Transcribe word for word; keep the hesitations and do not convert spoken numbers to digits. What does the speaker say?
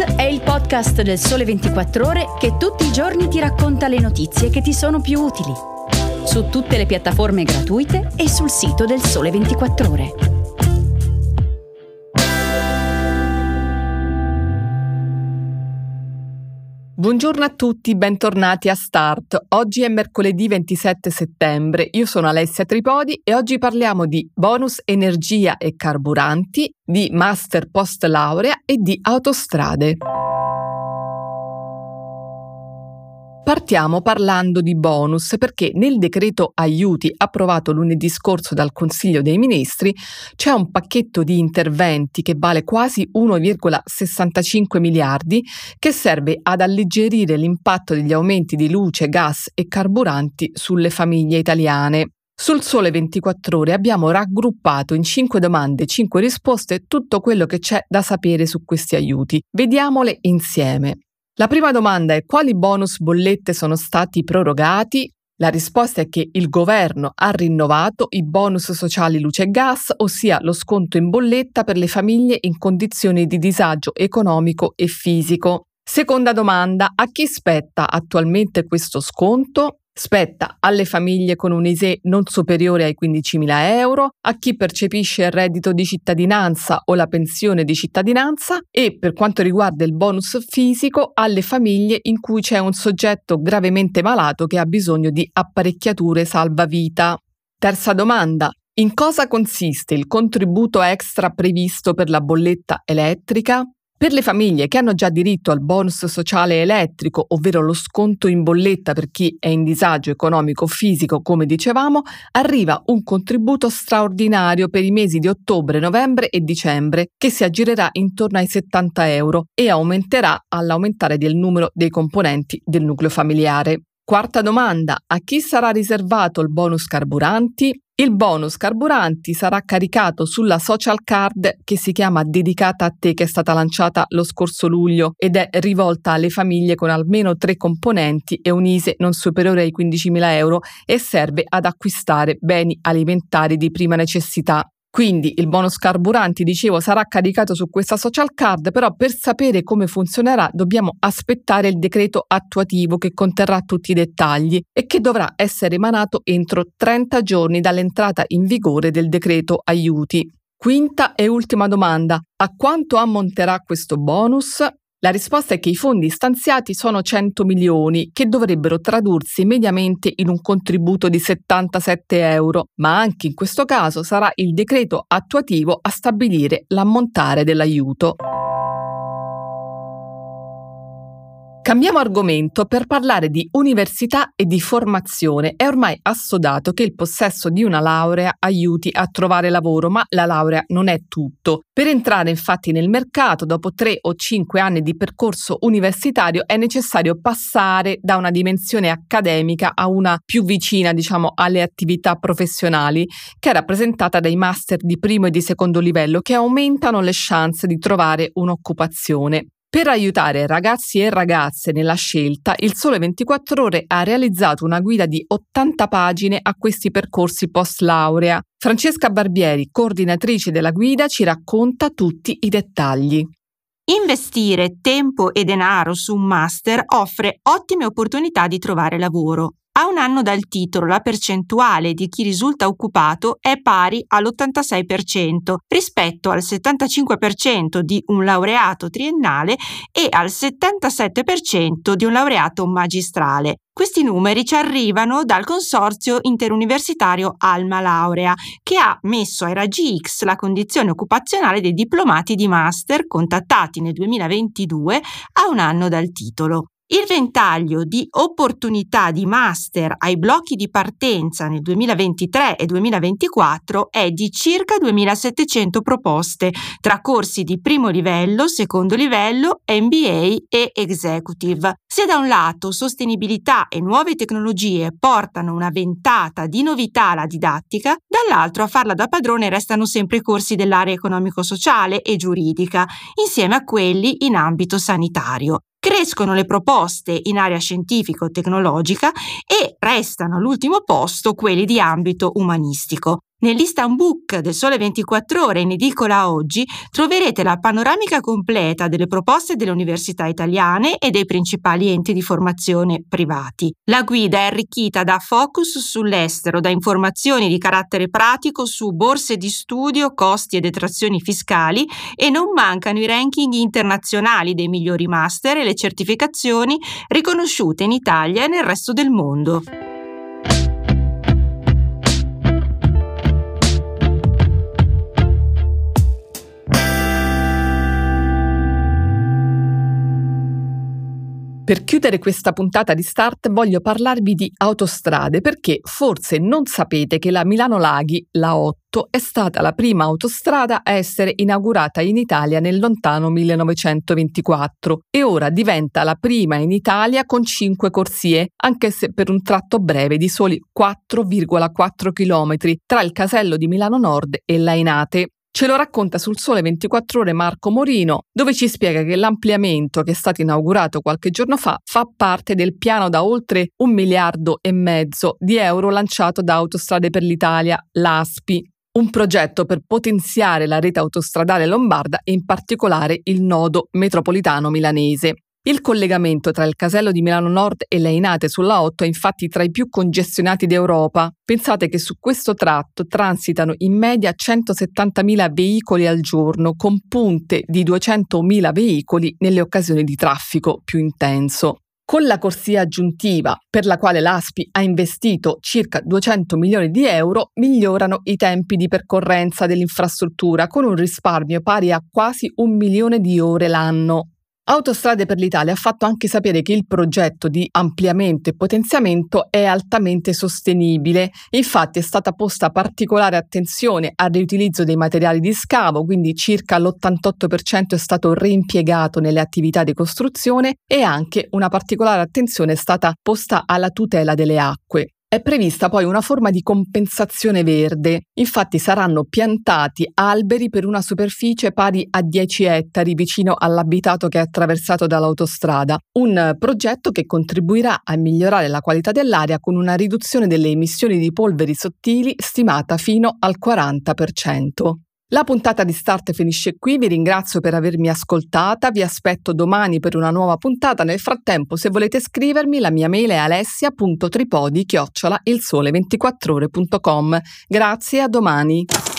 Start è il podcast del Sole ventiquattro Ore che tutti i giorni ti racconta le notizie che ti sono più utili. Su tutte le piattaforme gratuite e sul sito del Sole ventiquattro Ore. Buongiorno a tutti, bentornati a Start. Oggi è mercoledì ventisette settembre, io sono Alessia Tripodi e oggi parliamo di bonus energia e carburanti, di master post laurea e di autostrade. Partiamo parlando di bonus perché nel decreto aiuti approvato lunedì scorso dal Consiglio dei Ministri c'è un pacchetto di interventi che vale quasi uno virgola sessantacinque miliardi che serve ad alleggerire l'impatto degli aumenti di luce, gas e carburanti sulle famiglie italiane. Sul Sole ventiquattro Ore abbiamo raggruppato in cinque domande e cinque risposte tutto quello che c'è da sapere su questi aiuti. Vediamole insieme. La prima domanda è: quali bonus bollette sono stati prorogati? La risposta è che il governo ha rinnovato i bonus sociali luce e gas, ossia lo sconto in bolletta per le famiglie in condizioni di disagio economico e fisico. Seconda domanda: a chi spetta attualmente questo sconto? Spetta alle famiglie con un I S E E non superiore ai quindicimila euro, a chi percepisce il reddito di cittadinanza o la pensione di cittadinanza e, per quanto riguarda il bonus fisico, alle famiglie in cui c'è un soggetto gravemente malato che ha bisogno di apparecchiature salvavita. Terza domanda: in cosa consiste il contributo extra previsto per la bolletta elettrica? Per le famiglie che hanno già diritto al bonus sociale elettrico, ovvero lo sconto in bolletta per chi è in disagio economico o fisico, come dicevamo, arriva un contributo straordinario per i mesi di ottobre, novembre e dicembre, che si aggirerà intorno ai settanta euro e aumenterà all'aumentare del numero dei componenti del nucleo familiare. Quarta domanda: a chi sarà riservato il bonus carburanti? Il bonus carburanti sarà caricato sulla social card che si chiama Dedicata a te, che è stata lanciata lo scorso luglio ed è rivolta alle famiglie con almeno tre componenti e un I S E E non superiore ai quindicimila euro e serve ad acquistare beni alimentari di prima necessità. Quindi il bonus carburanti, dicevo, sarà caricato su questa social card, però per sapere come funzionerà dobbiamo aspettare il decreto attuativo che conterrà tutti i dettagli e che dovrà essere emanato entro trenta giorni dall'entrata in vigore del decreto aiuti. Quinta e ultima domanda: a quanto ammonterà questo bonus? La risposta è che i fondi stanziati sono cento milioni, che dovrebbero tradursi mediamente in un contributo di settantasette euro, ma anche in questo caso sarà il decreto attuativo a stabilire l'ammontare dell'aiuto. Cambiamo argomento per parlare di università e di formazione. È ormai assodato che il possesso di una laurea aiuti a trovare lavoro, ma la laurea non è tutto. Per entrare infatti nel mercato, dopo tre o cinque anni di percorso universitario, è necessario passare da una dimensione accademica a una più vicina, diciamo, alle attività professionali, che è rappresentata dai master di primo e di secondo livello, che aumentano le chance di trovare un'occupazione. Per aiutare ragazzi e ragazze nella scelta, il Sole ventiquattro Ore ha realizzato una guida di ottanta pagine a questi percorsi post laurea. Francesca Barbieri, coordinatrice della guida, ci racconta tutti i dettagli. Investire tempo e denaro su un master offre ottime opportunità di trovare lavoro. A un anno dal titolo, la percentuale di chi risulta occupato è pari all'ottantasei per cento rispetto al settantacinque per cento di un laureato triennale e al settantasette per cento di un laureato magistrale. Questi numeri ci arrivano dal consorzio interuniversitario Alma Laurea, che ha messo ai raggi X la condizione occupazionale dei diplomati di master contattati nel duemilaventidue a un anno dal titolo. Il ventaglio di opportunità di master ai blocchi di partenza nel duemilaventitré e duemilaventiquattro è di circa duemilasettecento proposte tra corsi di primo livello, secondo livello, M B A e Executive. Se da un lato sostenibilità e nuove tecnologie portano una ventata di novità alla didattica, dall'altro a farla da padrone restano sempre i corsi dell'area economico-sociale e giuridica, insieme a quelli in ambito sanitario. Crescono le proposte in area scientifico-tecnologica e restano all'ultimo posto quelli di ambito umanistico. Nell'Instant Book del Sole ventiquattro Ore in edicola oggi troverete la panoramica completa delle proposte delle università italiane e dei principali enti di formazione privati. La guida è arricchita da focus sull'estero, da informazioni di carattere pratico su borse di studio, costi e detrazioni fiscali, e non mancano i ranking internazionali dei migliori master e le certificazioni riconosciute in Italia e nel resto del mondo. Per chiudere questa puntata di Start voglio parlarvi di autostrade, perché forse non sapete che la Milano Laghi, la otto, è stata la prima autostrada a essere inaugurata in Italia nel lontano millenovecentoventiquattro e ora diventa la prima in Italia con cinque corsie, anche se per un tratto breve di soli quattro virgola quattro chilometri tra il casello di Milano Nord e l'Ainate. Ce lo racconta sul Sole ventiquattro Ore Marco Morino, dove ci spiega che l'ampliamento che è stato inaugurato qualche giorno fa fa parte del piano da oltre un miliardo e mezzo di euro lanciato da Autostrade per l'Italia, l'A S P I, un progetto per potenziare la rete autostradale lombarda e in particolare il nodo metropolitano milanese. Il collegamento tra il casello di Milano Nord e l'Ainate sulla otto è infatti tra i più congestionati d'Europa. Pensate che su questo tratto transitano in media centosettantamila veicoli al giorno, con punte di duecentomila veicoli nelle occasioni di traffico più intenso. Con la corsia aggiuntiva, per la quale l'A S P I ha investito circa duecento milioni di euro, migliorano i tempi di percorrenza dell'infrastruttura, con un risparmio pari a quasi un milione di ore l'anno. Autostrade per l'Italia ha fatto anche sapere che il progetto di ampliamento e potenziamento è altamente sostenibile. Infatti è stata posta particolare attenzione al riutilizzo dei materiali di scavo, quindi circa l'ottantotto per cento è stato reimpiegato nelle attività di costruzione, e anche una particolare attenzione è stata posta alla tutela delle acque. È prevista poi una forma di compensazione verde, infatti saranno piantati alberi per una superficie pari a dieci ettari vicino all'abitato che è attraversato dall'autostrada, un progetto che contribuirà a migliorare la qualità dell'aria con una riduzione delle emissioni di polveri sottili stimata fino al quaranta per cento. La puntata di Start finisce qui, vi ringrazio per avermi ascoltata, vi aspetto domani per una nuova puntata. Nel frattempo, se volete scrivermi, la mia mail è alessia punto tripodi chiocciola il sole ventiquattro ore punto com. Grazie, a domani.